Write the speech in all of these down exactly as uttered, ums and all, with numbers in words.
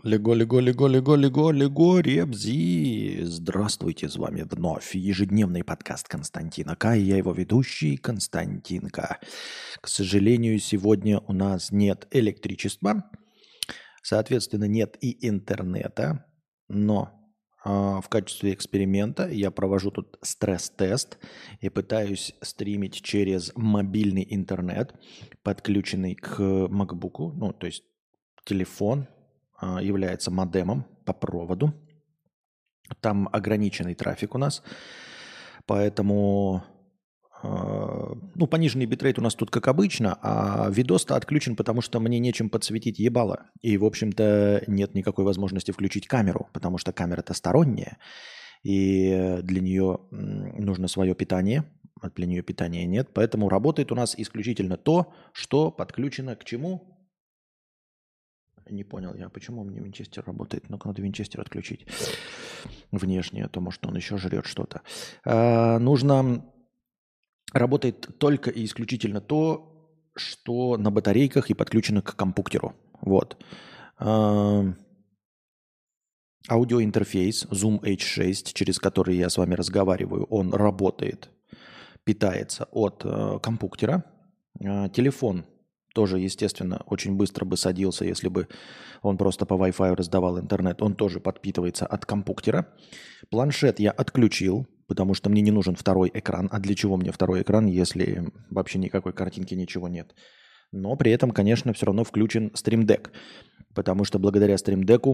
Лего, лего, лего, лего, лего, лего, ребзи. Здравствуйте, с вами вновь ежедневный подкаст Константина К. И я его ведущий Константинка. К сожалению, сегодня у нас нет электричества, соответственно, нет и интернета, но а, в качестве эксперимента я провожу тут стресс-тест и пытаюсь стримить через мобильный интернет, подключенный к MacBook, ну, то есть телефон а, является модемом по проводу. Там ограниченный трафик у нас, поэтому а, ну, пониженный битрейт у нас тут как обычно, а видос-то отключен, потому что мне нечем подсветить ебало. И, в общем-то, нет никакой возможности включить камеру, потому что камера-то сторонняя, и для нее м, нужно свое питание, а для нее питания нет. Поэтому работает у нас исключительно то, что подключено к чему? Не понял я, почему у меня винчестер работает. Ну-ка, надо винчестер отключить внешне, а то, может, он еще жрет что-то. А, нужно... Работает только и исключительно то, что на батарейках и подключено к компьютеру. Вот. А, аудиоинтерфейс Zoom эйч шесть, через который я с вами разговариваю, он работает, питается от э, компьютера. А, телефон тоже, естественно, очень быстро бы садился, если бы он просто по Wi-Fi раздавал интернет. Он тоже подпитывается от компьютера. Планшет я отключил, потому что мне не нужен второй экран. А для чего мне второй экран, если вообще никакой картинки, ничего нет? Но при этом, конечно, все равно включен Stream Deck, потому что благодаря Stream Deck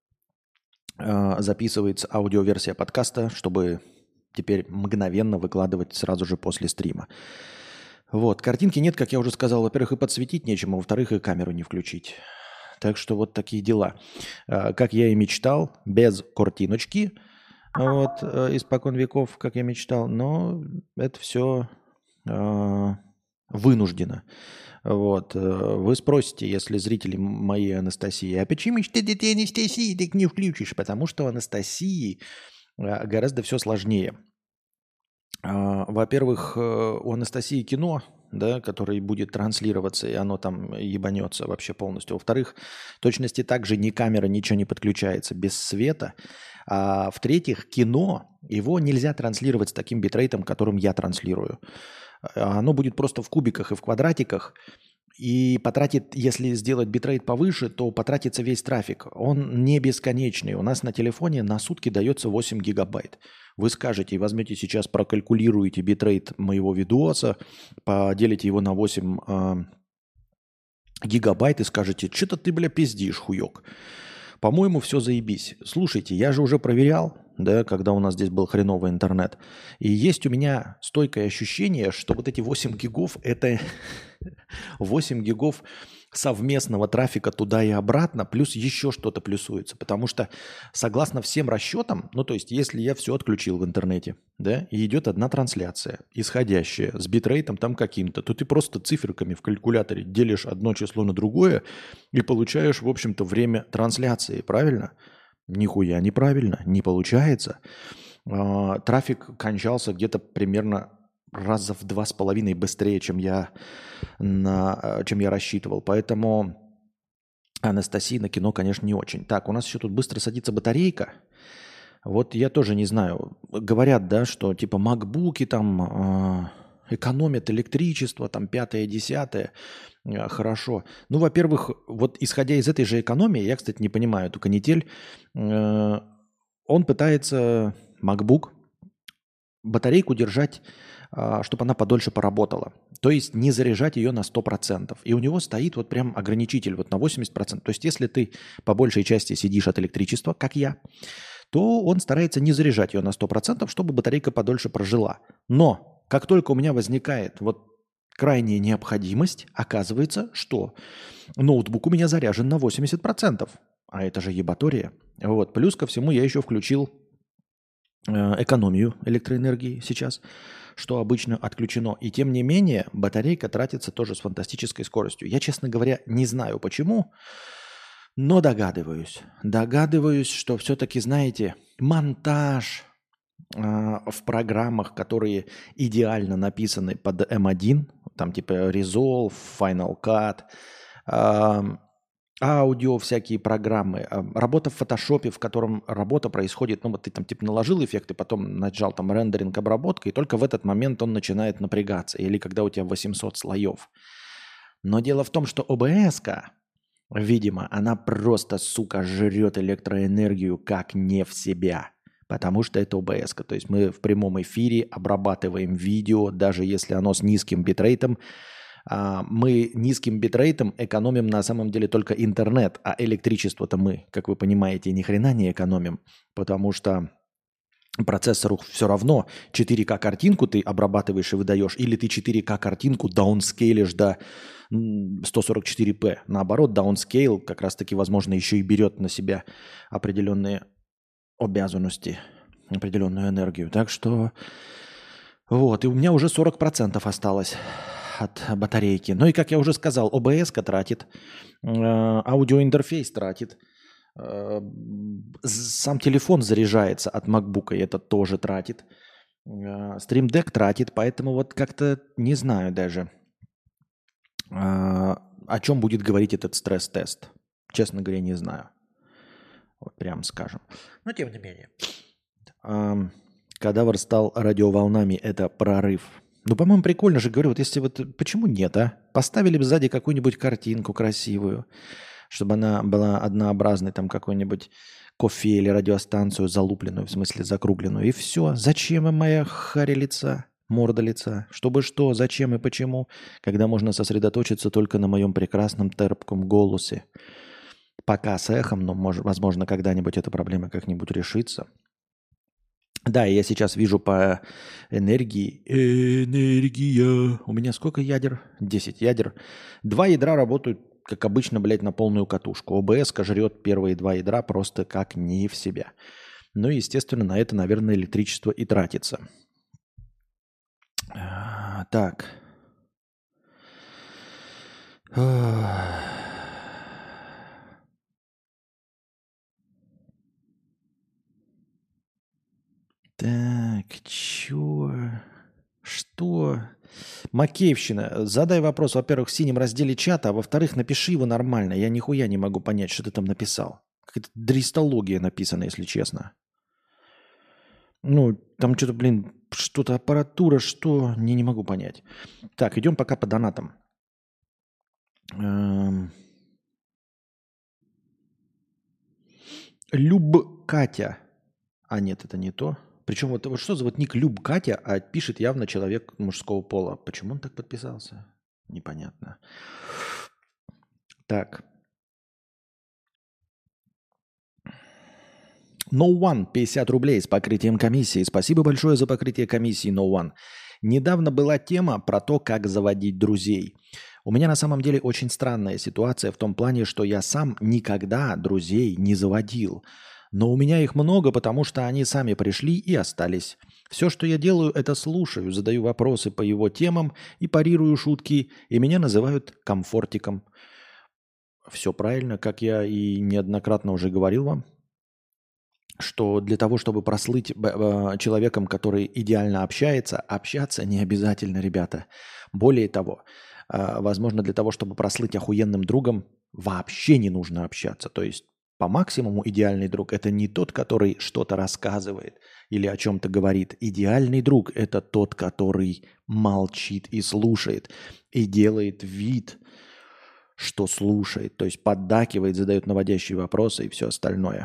э, записывается аудиоверсия подкаста, чтобы теперь мгновенно выкладывать сразу же после стрима. Вот, картинки нет, как я уже сказал. Во-первых, и подсветить нечем, а во-вторых, и камеру не включить. Так что вот такие дела. А, Как я и мечтал, без картиночки, вот, э, испокон веков, как я мечтал, но это все вынуждено. Вот. э, Вы спросите, если зрители м- моей Анастасии, а почему ж ты, ты, ты Анастасии так не включишь? Потому что у Анастасии э, гораздо все сложнее. А, Во-первых, э, у Анастасии кино, да, которое будет транслироваться, и оно там ебанется вообще полностью. Во-вторых, в точности также ни камера, ничего не подключается без света. А в-третьих, кино, его нельзя транслировать с таким битрейтом, которым я транслирую. А Оно будет просто в кубиках и в квадратиках, и потратит, если сделать битрейт повыше, то потратится весь трафик. Он не бесконечный. У нас на телефоне на сутки дается восемь гигабайт. Вы скажете, возьмете сейчас, прокалькулируете битрейт моего видоса, поделите его на восемь а, гигабайт и скажете, что-то ты, бля, пиздишь, хуёк. По-моему, все заебись. Слушайте, я же уже проверял, да, когда у нас здесь был хреновый интернет. И есть у меня стойкое ощущение, что вот эти восемь гигов– это восемь гигов совместного трафика туда и обратно, плюс еще что-то плюсуется. Потому что согласно всем расчетам, ну то есть если я все отключил в интернете, да, и идет одна трансляция, исходящая, с битрейтом там каким-то, то ты просто циферками в калькуляторе делишь одно число на другое и получаешь, в общем-то, время трансляции, правильно? Нихуя неправильно, не получается. А, Трафик кончался где-то примерно раза в два с половиной быстрее, чем я, на, чем я рассчитывал. Поэтому Анастасии на кино, конечно, не очень. Так, у нас еще тут быстро садится батарейка. Вот я тоже не знаю. Говорят, да, что типа макбуки там а, экономят электричество, там пятое, десятое. А, Хорошо. Ну, во-первых, вот исходя из этой же экономии, я, кстати, не понимаю эту канитель, э, он пытается, MacBook, батарейку держать, а, чтобы она подольше поработала. То есть не заряжать ее на сто процентов. И у него стоит вот прям ограничитель вот на восемьдесят процентов. То есть если ты по большей части сидишь от электричества, как я, то он старается не заряжать ее на сто процентов, чтобы батарейка подольше прожила. Но как только у меня возникает вот крайняя необходимость, оказывается, что ноутбук у меня заряжен на восемьдесят процентов. А это же ебатория. Вот. Плюс ко всему я еще включил э, экономию электроэнергии сейчас, что обычно отключено. И тем не менее, батарейка тратится тоже с фантастической скоростью. Я, честно говоря, не знаю почему, но догадываюсь. Догадываюсь, что все-таки, знаете, монтаж а, в программах, которые идеально написаны под эм один, там типа Resolve, Final Cut, а, аудио, всякие программы, а, работа в фотошопе, в котором работа происходит, ну вот ты там типа наложил эффекты, потом нажал там рендеринг, обработка, и только в этот момент он начинает напрягаться, или когда у тебя восемьсот слоев. Но дело в том, что о бэ эс-ка, видимо, она просто, сука, жрет электроэнергию как не в себя. Потому что это о бэ эс-ка. То есть мы в прямом эфире обрабатываем видео, даже если оно с низким битрейтом. А, Мы низким битрейтом экономим на самом деле только интернет, а электричество-то мы, как вы понимаете, ни хрена не экономим. Потому что процессору все равно четыре ка картинку ты обрабатываешь и выдаешь, или ты четыре ка картинку даунскейлишь до м, сто сорок четыре пэ. Наоборот, даунскейл как раз-таки, возможно, еще и берет на себя определенные обязанности, определенную энергию. Так что вот, и у меня уже сорок процентов осталось от батарейки. Ну и, как я уже сказал, о бэ эс-ка тратит, э, аудиоинтерфейс тратит, э, сам телефон заряжается от макбука, и это тоже тратит. Э, Stream Deck тратит, поэтому вот как-то не знаю даже, э, о чем будет говорить этот стресс-тест. Честно говоря, не знаю. Вот прям скажем. Но тем не менее. Ам, Кадавр стал радиоволнами, это прорыв. Ну, по-моему, прикольно же, говорю, вот если вот, почему нет, а? Поставили бы сзади какую-нибудь картинку красивую, чтобы она была однообразной, там какой-нибудь кофе или радиостанцию залупленную, в смысле закругленную, и все. Зачем им моя харя лица, морда лица? Чтобы что, зачем и почему, когда можно сосредоточиться только на моем прекрасном терпком голосе. Пока с эхом, но, может, возможно, когда-нибудь эта проблема как-нибудь решится. Да, и я сейчас вижу по энергии. Энергия. У меня сколько ядер? десять ядер. Два ядра работают, как обычно, блядь, на полную катушку. о бэ эс-ка жрет первые два ядра просто как не в себя. Ну и, естественно, на это, наверное, электричество и тратится. А, Так. Так, чё? Что? Макеевщина. Задай вопрос, во-первых, в синем разделе чата, а во-вторых, напиши его нормально. Я нихуя не могу понять, что ты там написал. Какая-то дристология написана, если честно. Ну, там что-то, блин, что-то аппаратура, что? Не, не могу понять. Так, идем пока по донатам. Эм. Люб Катя. А нет, это не то. Причем вот, вот что за вот ник Люб Катя, а пишет явно человек мужского пола. Почему он так подписался? Непонятно. Так. No One, пятьдесят рублей с покрытием комиссии. Спасибо большое за покрытие комиссии, No One. Недавно была тема про то, как заводить друзей. У меня на самом деле очень странная ситуация в том плане, что я сам никогда друзей не заводил. Но у меня их много, потому что они сами пришли и остались. Все, что я делаю, это слушаю, задаю вопросы по его темам и парирую шутки, и меня называют комфортиком. Все правильно, как я и неоднократно уже говорил вам, что для того, чтобы прослыть б- э, человеком, который идеально общается, общаться не обязательно, ребята. Более того, э, возможно, для того, чтобы прослыть охуенным другом, вообще не нужно общаться. То есть по максимуму идеальный друг – это не тот, который что-то рассказывает или о чем-то говорит. Идеальный друг – это тот, который молчит и слушает, и делает вид, что слушает. То есть поддакивает, задает наводящие вопросы и все остальное.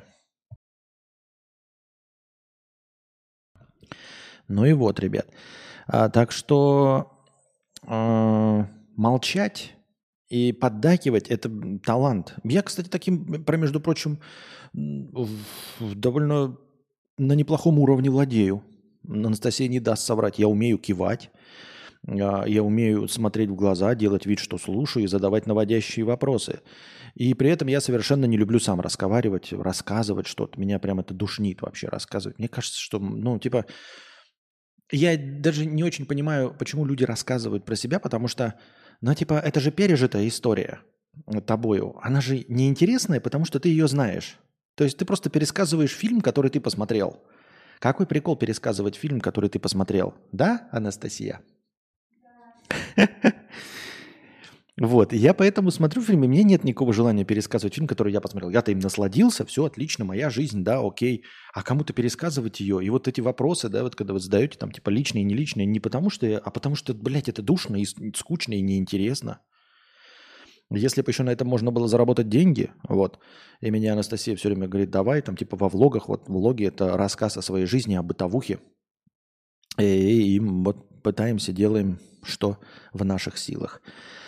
Ну и вот, ребят. А, так что а, молчать и поддакивать – это м, талант. Я, кстати, таким, про между прочим, м, в- в довольно на неплохом уровне владею. Анастасия не даст соврать. Я умею кивать, а, я умею смотреть в глаза, делать вид, что слушаю и задавать наводящие вопросы. И при этом я совершенно не люблю сам разговаривать, рассказывать что-то. Меня прям это душнит вообще рассказывать. Мне кажется, что, ну, типа, я даже не очень понимаю, почему люди рассказывают про себя, потому что, ну, типа, это же пережитая история э, тобою. Она же неинтересная, потому что ты ее знаешь. То есть ты просто пересказываешь фильм, который ты посмотрел. Какой прикол пересказывать фильм, который ты посмотрел? Да, Анастасия? Вот, и я поэтому смотрю фильм, и мне нет никакого желания пересказывать фильм, который я посмотрел. Я-то им насладился, все отлично, моя жизнь, да, окей. А кому-то пересказывать ее, и вот эти вопросы, да, вот когда вы задаете там типа личные, не личные, не потому что, я, а потому что, блядь, это душно и с- скучно и неинтересно. Если бы еще на этом можно было заработать деньги, вот, и меня Анастасия все время говорит, давай, там типа во влогах, вот влоги это рассказ о своей жизни, о бытовухе, и, и вот пытаемся, делаем, что в наших силах.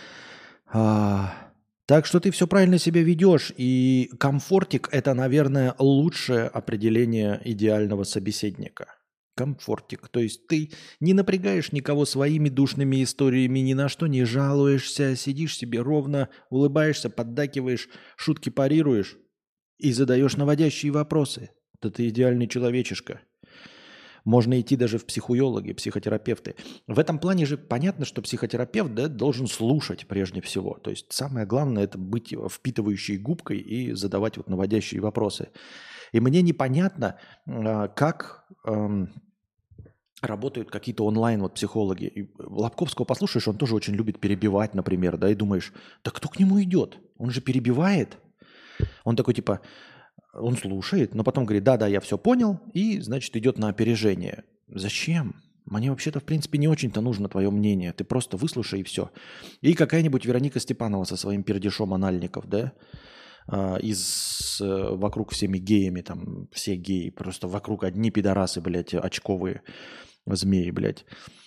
А, так что ты все правильно себя ведешь. И комфортик – это, наверное, лучшее определение идеального собеседника. Комфортик. То есть ты не напрягаешь никого своими душными историями, ни на что не жалуешься, сидишь себе ровно, улыбаешься, поддакиваешь, шутки парируешь и задаешь наводящие вопросы. Да ты идеальный человечишка. Можно идти даже в психологи, психотерапевты. В этом плане же понятно, что психотерапевт, да, должен слушать прежде всего. То есть самое главное – это быть впитывающей губкой и задавать вот наводящие вопросы. И мне непонятно, а, как ам, работают какие-то онлайн вот психологи. И Лобковского послушаешь, он тоже очень любит перебивать, например, да, и думаешь, да кто к нему идет? Он же перебивает. Он такой типа, он слушает, но потом говорит, да-да, я все понял, и, значит, идет на опережение. Зачем? Мне вообще-то, в принципе, не очень-то нужно твое мнение. Ты просто выслушай и все. И какая-нибудь Вероника Степанова со своим пердешом анальников, да, а, из э, вокруг всеми геями, там, все геи, просто вокруг одни пидорасы, блядь, очковые змеи, блядь.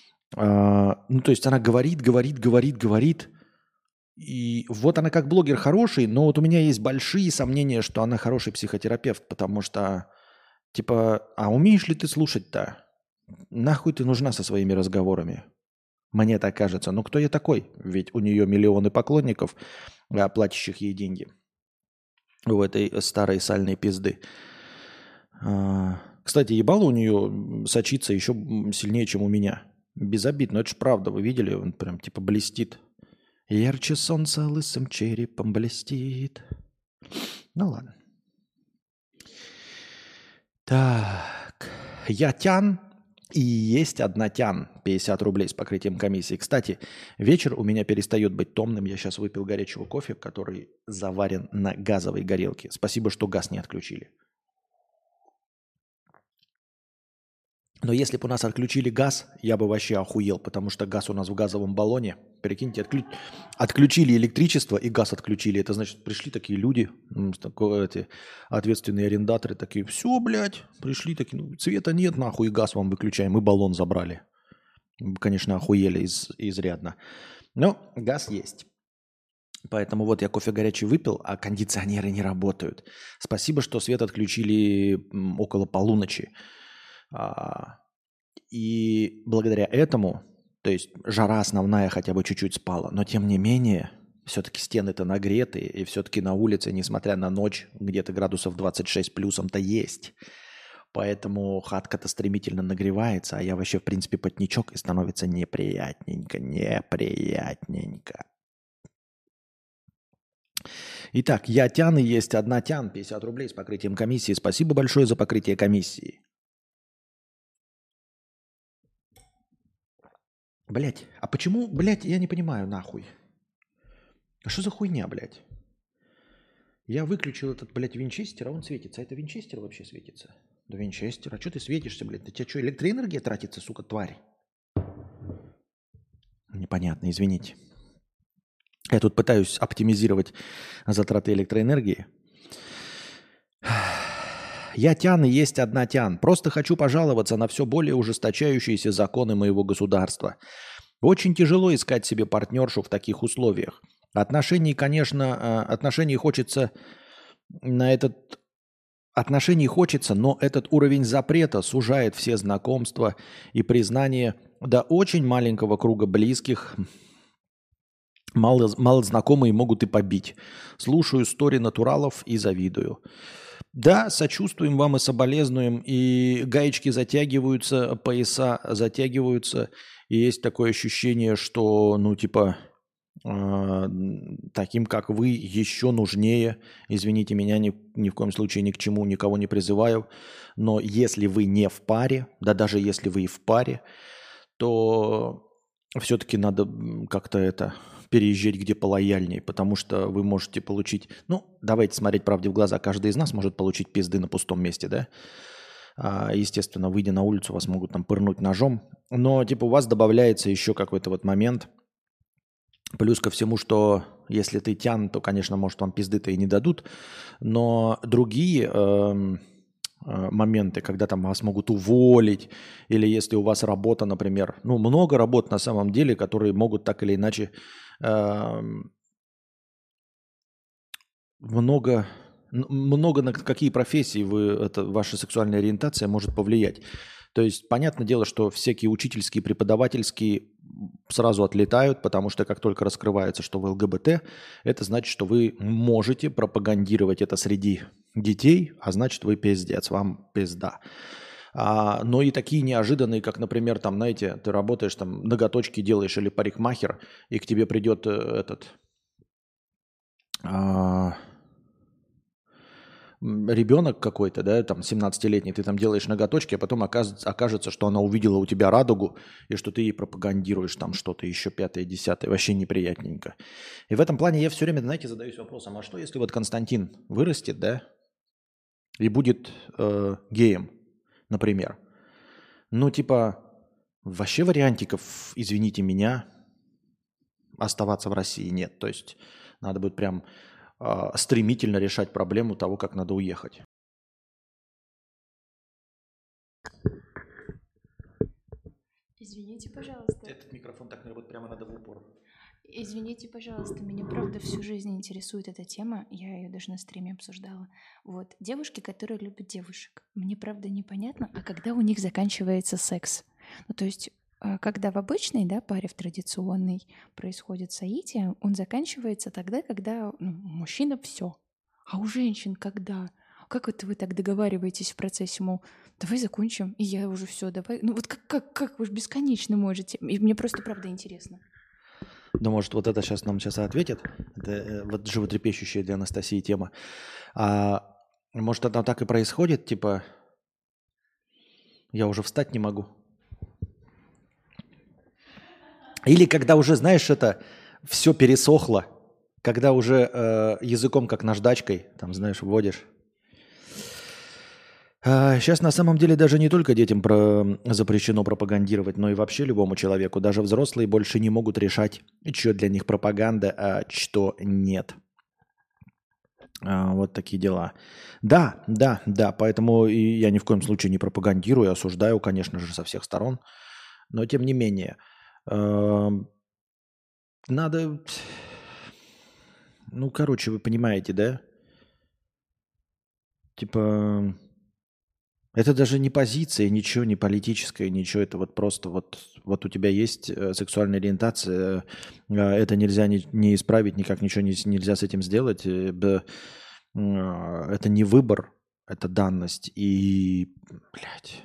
А, ну, то есть она говорит, говорит, говорит, говорит, и вот она как блогер хороший, но вот у меня есть большие сомнения, что она хороший психотерапевт, потому что, типа, а умеешь ли ты слушать-то? Нахуй ты нужна со своими разговорами? Мне так кажется. Ну кто я такой? Ведь у нее миллионы поклонников, а, платящих ей деньги у этой старой сальной пизды. А, Кстати, ебало у нее сочится еще сильнее, чем у меня. Без обид, но это ж правда, вы видели? Он прям типа блестит. Ярче солнца лысым черепом блестит. Ну ладно. Так. Я тян и есть одна тян. пятьдесят рублей с покрытием комиссии. Кстати, вечер у меня перестает быть томным. Я сейчас выпил горячего кофе, который заварен на газовой горелке. Спасибо, что газ не отключили. Но если бы у нас отключили газ, я бы вообще охуел, потому что газ у нас в газовом баллоне. Прикиньте, отклю... отключили электричество и газ отключили. Это значит, пришли такие люди, м, с такой, эти ответственные арендаторы, такие, все, блядь, пришли такие, ну, цвета нет, нахуй, и газ вам выключаем, и баллон забрали. Мы, конечно, охуели из... изрядно. Но газ есть. Поэтому вот я кофе горячий выпил, а кондиционеры не работают. Спасибо, что свет отключили м, около полуночи. А, И благодаря этому, то есть жара основная хотя бы чуть-чуть спала, но тем не менее, все-таки стены-то нагреты, и все-таки на улице, несмотря на ночь, где-то градусов двадцать шесть плюсом-то есть. Поэтому хатка-то стремительно нагревается, а я вообще, в принципе, потничок, и становится неприятненько, неприятненько. Итак, я тян и есть одна тян, пятьдесят рублей с покрытием комиссии. Спасибо большое за покрытие комиссии. Блять, а почему, блять, я не понимаю, нахуй. А что за хуйня, блядь? Я выключил этот, блядь, винчестер, а он светится. А это винчестер вообще светится? Да винчестер. А что ты светишься, блядь? У тебя что, электроэнергия тратится, сука, тварь? Непонятно, извините. Я тут пытаюсь оптимизировать затраты электроэнергии. Я тян и есть одна тян. Просто хочу пожаловаться на все более ужесточающиеся законы моего государства. Очень тяжело искать себе партнершу в таких условиях. Отношений, конечно, а, отношений хочется на этот... Отношений хочется, но этот уровень запрета сужает все знакомства и признание до очень маленького круга близких. Мало, мало знакомые могут и побить. Слушаю стори натуралов и завидую. Да, сочувствуем вам и соболезнуем, и гаечки затягиваются, пояса затягиваются, и есть такое ощущение, что, ну, типа, э, таким, как вы, еще нужнее. Извините меня, ни, ни в коем случае ни к чему никого не призываю, но если вы не в паре, да даже если вы и в паре, то все-таки надо м, как-то это переезжать где полояльней, потому что вы можете получить... Ну, давайте смотреть правде в глаза. Каждый из нас может получить пизды на пустом месте, да? А, естественно, выйдя на улицу, вас могут там пырнуть ножом. Но, типа, у вас добавляется еще какой-то вот момент. Плюс ко всему, что если ты тян, то, конечно, может, вам пизды-то и не дадут. Но другие... эм, моменты, когда там вас могут уволить, или если у вас работа, например, ну, много работ на самом деле, которые могут так или иначе э, много, н- много на какие профессии вы, это, ваша сексуальная ориентация может повлиять. То есть, понятное дело, что всякие учительские, преподавательские сразу отлетают, потому что как только раскрывается, что вы ЛГБТ, это значит, что вы можете пропагандировать это среди детей, а значит, вы пиздец, вам пизда. А, но и такие неожиданные, как, например, там, знаете, ты работаешь, там, ноготочки делаешь или парикмахер, и к тебе придет э, этот... а, м, ребенок какой-то, да, там семнадцатилетний, ты там делаешь ноготочки, а потом окажется, окажется, что она увидела у тебя радугу, и что ты ей пропагандируешь там что-то еще пятое, десятое, вообще неприятненько. И в этом плане я все время, знаете, задаюсь вопросом, а что если вот Константин вырастет, да, и будет э, геем, например? Ну, типа, вообще вариантиков, извините меня, оставаться в России нет. То есть надо будет прям э, стремительно решать проблему того, как надо уехать. Извините, пожалуйста. Этот микрофон так не работает, прямо надо в упор. Извините, пожалуйста, меня правда всю жизнь интересует эта тема. Я ее даже на стриме обсуждала. Вот, девушки, которые любят девушек. Мне правда непонятно, а когда у них заканчивается секс? Ну, то есть, а, когда в обычной, да, паре, в традиционной происходит соитие, он заканчивается тогда, когда ну, у мужчины все. А у женщин когда? Как это вы так договариваетесь в процессе, мол, давай закончим, и я уже все, давай. Ну вот как, как, как вы же бесконечно можете? И мне просто правда интересно. Да, может, вот это сейчас нам сейчас ответит. Это э, вот животрепещущая для Анастасии тема. А может, это так и происходит, типа, я уже встать не могу. Или когда уже, знаешь, это все пересохло, когда уже э, языком, как наждачкой, там, знаешь, вводишь. А, сейчас на самом деле даже не только детям про... запрещено пропагандировать, но и вообще любому человеку. Даже взрослые больше не могут решать, что для них пропаганда, а что нет. А, вот такие дела. Да, да, да, поэтому и я ни в коем случае не пропагандирую, осуждаю, конечно же, со всех сторон. Но тем не менее, эм, надо... Ну, короче, вы понимаете, да? Типа, это даже не позиция, ничего, не политическое, ничего. Это вот просто вот, вот у тебя есть э, сексуальная ориентация, э, это нельзя не, не исправить, никак ничего не, с- нельзя с этим сделать. э, б- м, а, Это не выбор, это данность. И, блядь.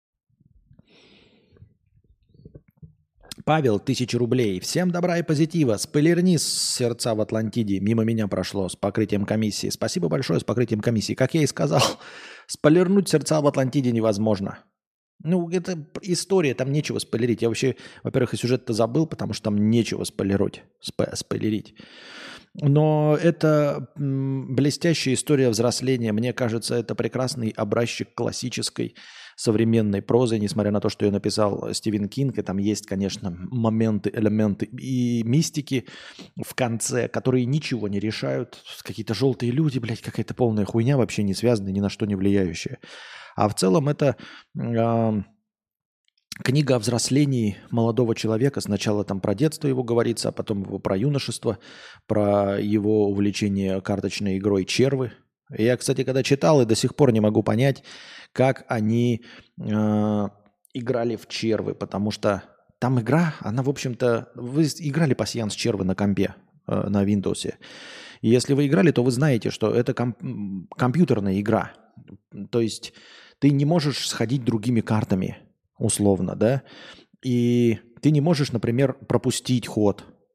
Павел, тысяча рублей. Всем добра и позитива. Спойлерни с сердца в Атлантиде. Мимо меня прошло с покрытием комиссии. Спасибо большое с покрытием комиссии. Как я и сказал, спойлернуть сердца в Атлантиде невозможно. Ну, это история, там нечего спойлерить. Я вообще, во-первых, и сюжет-то забыл, потому что там нечего спойлерить. Сп- спойлерить. Но это м, блестящая история взросления. Мне кажется, это прекрасный образчик классической современной прозы, несмотря на то, что ее написал Стивен Кинг. И там есть, конечно, моменты, элементы и мистики в конце, которые ничего не решают. Какие-то желтые люди, блядь, какая-то полная хуйня, вообще не связанная, ни на что не влияющая. А в целом это... ам, книга о взрослении молодого человека. Сначала там про детство его говорится, а потом его про юношество, про его увлечение карточной игрой червы. Я, кстати, когда читал, и до сих пор не могу понять, как они э, играли в червы, потому что там игра, она, в общем-то, вы играли пасьянс червы на компе, э, на Windows. И если вы играли, то вы знаете, что это ком- компьютерная игра. То есть ты не можешь сходить другими картами, условно, да, и ты не можешь, например, пропустить ход.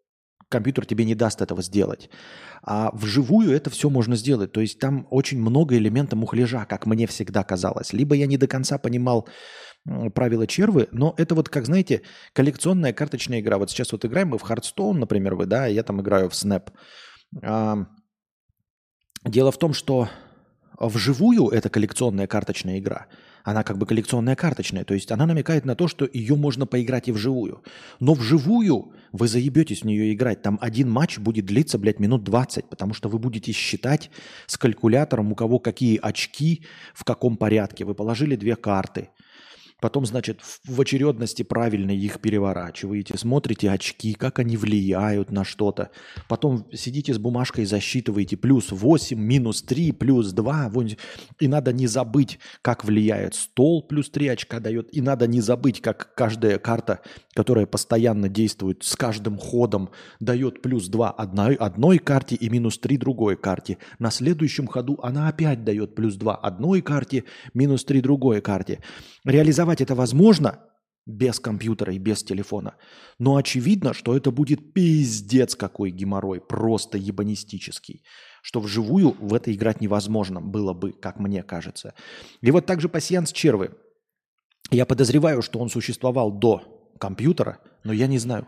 компьютер тебе не даст этого сделать. А вживую это все можно сделать. То есть там очень много элементов мухляжа, как мне всегда казалось. Либо я не до конца понимал м, правила червы, но это вот, как знаете, коллекционная карточная игра. Вот сейчас вот играем мы в Hearthstone, например, вы, да, я там играю в Snap. А, дело в том, что вживую это коллекционная карточная игра. Она как бы коллекционная карточная. То есть она намекает на то, что ее можно поиграть и вживую. Но вживую вы заебетесь в нее играть. Там один матч будет длиться, блядь, минут двадцать, потому что вы будете считать с калькулятором, у кого какие очки, в каком порядке. Вы положили две карты. Потом, значит, в в очередности правильно их переворачиваете, смотрите очки, как они влияют на что-то. Потом сидите с бумажкой, засчитываете плюс восемь, минус три, плюс два. вон- И надо не забыть, как влияет стол, плюс три очка дает. И надо не забыть, как каждая карта, которая постоянно действует с каждым ходом, дает плюс два одной, одной карте и минус три другой карте. На следующем ходу она опять дает плюс два одной карте, минус три другой карте. Реализовать это возможно без компьютера и без телефона. Но очевидно, что это будет пиздец какой геморрой, просто ебанистический. Что вживую в это играть невозможно было бы, как мне кажется. И вот также пасьянс червы. Я подозреваю, что он существовал до компьютера, но я не знаю.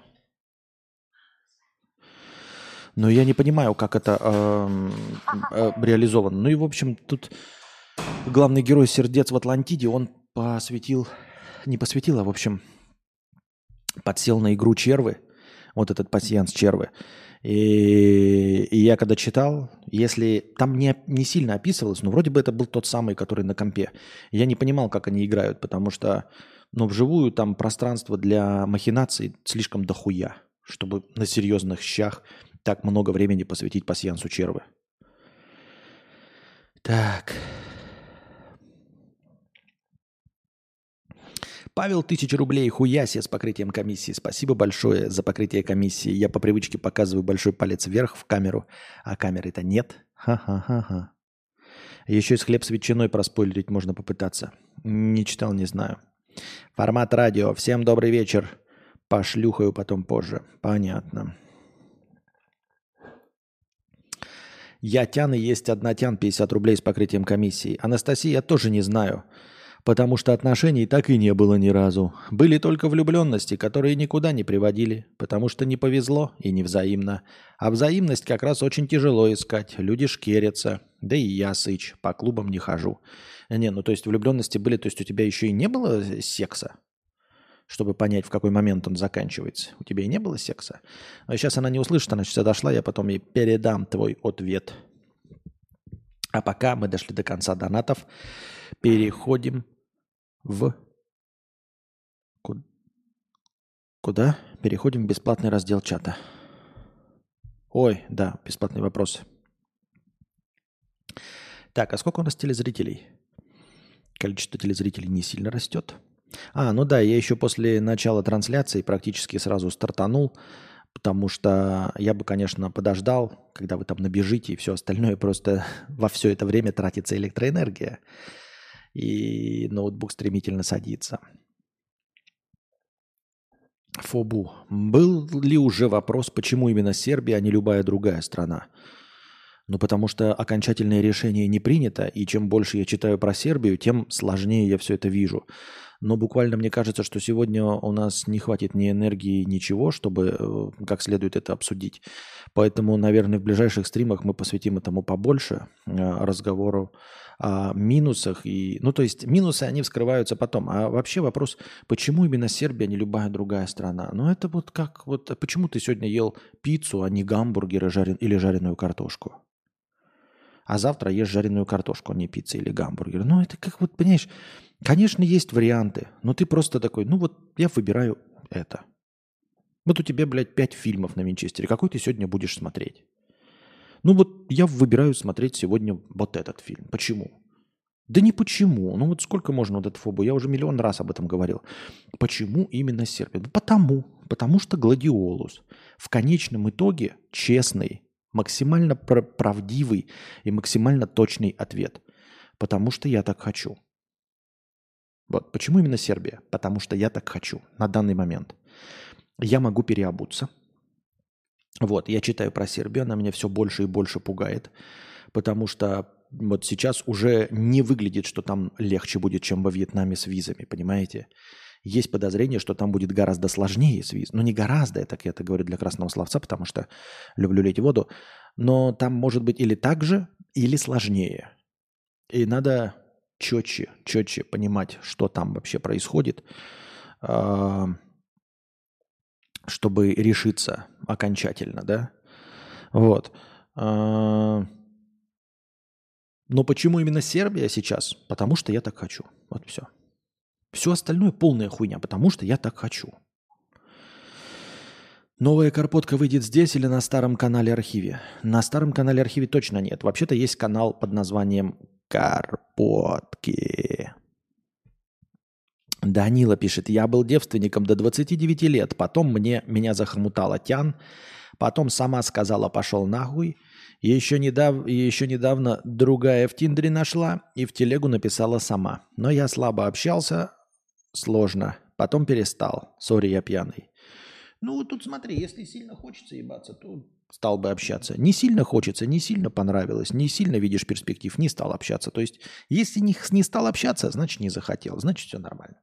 Но я не понимаю, как это эм, э, реализовано. Ну и, в общем, тут главный герой «Сердец в Атлантиде», он посвятил, не посвятил, а, в общем, подсел на игру червы, вот этот пасьянс червы. И, и я когда читал, если там не, не сильно описывалось, но вроде бы это был тот самый, который на компе. Я не понимал, как они играют, потому что ну, вживую там пространство для махинаций слишком дохуя, чтобы на серьезных щах так много времени посвятить пасьянсу червы. Так. Павел, тысяча рублей, хуяси с покрытием комиссии. Спасибо большое за покрытие комиссии. Я по привычке показываю большой палец вверх в камеру, а камеры-то нет. Ха-ха-ха-ха. Еще и с хлеб с ветчиной проспойлерить можно попытаться. Не читал, не знаю. Формат радио. Всем добрый вечер. Пошлюхаю потом позже. Понятно. Я тян и есть одна тян, пятьдесят рублей с покрытием комиссии. Анастасия я тоже не знаю. Потому что отношений так и не было ни разу. Были только влюбленности, которые никуда не приводили, потому что не повезло и не взаимно. А взаимность как раз очень тяжело искать. Люди шкерятся. Да и я сыч, по клубам не хожу. Не, ну то есть влюбленности были, то есть у тебя еще и не было секса? Чтобы понять, в какой момент он заканчивается. У тебя и не было секса? А сейчас она не услышит, она сейчас дошла, я потом ей передам твой ответ. А пока мы дошли до конца донатов, переходим в... Куда? Переходим в бесплатный раздел чата. Ой, да, бесплатные вопросы. Так, а сколько у нас телезрителей? Количество телезрителей не сильно растет. А, ну да, я еще после начала трансляции практически сразу стартанул, потому что я бы, конечно, подождал, когда вы там набежите и все остальное, просто во все это время тратится электроэнергия, и ноутбук стремительно садится. Фобу. Был ли уже вопрос, почему именно Сербия, а не любая другая страна? Ну, потому что окончательное решение не принято, и чем больше я читаю про Сербию, тем сложнее я все это вижу. Но буквально мне кажется, что сегодня у нас не хватит ни энергии, ничего, чтобы э, как следует это обсудить. Поэтому, наверное, в ближайших стримах мы посвятим этому побольше э, разговору о минусах. И, ну, то есть минусы, они вскрываются потом. А вообще вопрос, почему именно Сербия, а не любая другая страна? Ну, это вот как, вот почему ты сегодня ел пиццу, а не гамбургер жарен, или жареную картошку? А завтра ешь жареную картошку, а не пиццу или гамбургер. Ну, это как вот, понимаешь, конечно, есть варианты, но ты просто такой, ну вот я выбираю это. Вот у тебя, блядь, пять фильмов на Винчестере. Какой ты сегодня будешь смотреть? Ну вот я выбираю смотреть сегодня вот этот фильм. Почему? Да не почему. Ну вот сколько можно вот эту фобу? Я уже миллион раз об этом говорил. Почему именно Сербия? Ну потому. Потому что Гладиолус в конечном итоге честный, максимально пр- правдивый и максимально точный ответ. Потому что я так хочу. Вот. Почему именно Сербия? Потому что я так хочу на данный момент. Я могу переобуться. Вот, я читаю про Сербию, она меня все больше и больше пугает, потому что вот сейчас уже не выглядит, что там легче будет, чем во Вьетнаме с визами, понимаете? Есть подозрение, что там будет гораздо сложнее с виз. Ну, не гораздо, я так я это говорю для красного словца, потому что люблю лить воду. Но там может быть или так же, или сложнее. И надо четче, четче понимать, что там вообще происходит, а, чтобы решиться окончательно, да? Вот. А, Но почему именно Сербия сейчас? Потому что я так хочу. Вот все. Все остальное полная хуйня, потому что я так хочу. Новая Карпотка выйдет здесь или на старом канале архиве? На старом канале архиве точно нет. Вообще-то есть канал под названием Карпотки. Данила пишет, я был девственником до двадцати девяти лет, потом мне, меня захомутала Тян, потом сама сказала пошел нахуй, и еще, недав, и еще недавно другая в Тиндере нашла и в телегу написала сама. Но я слабо общался, сложно, потом перестал, сори, я пьяный. Ну, тут смотри, если сильно хочется ебаться, то стал бы общаться. Не сильно хочется, не сильно понравилось, не сильно видишь перспектив, не стал общаться. То есть, если не, не стал общаться, значит, не захотел, значит, все нормально.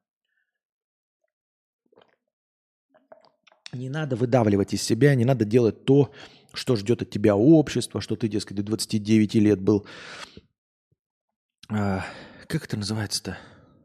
Не надо выдавливать из себя, не надо делать то, что ждет от тебя общество, что ты, дескать, до двадцати девяти лет был. А, как это называется-то?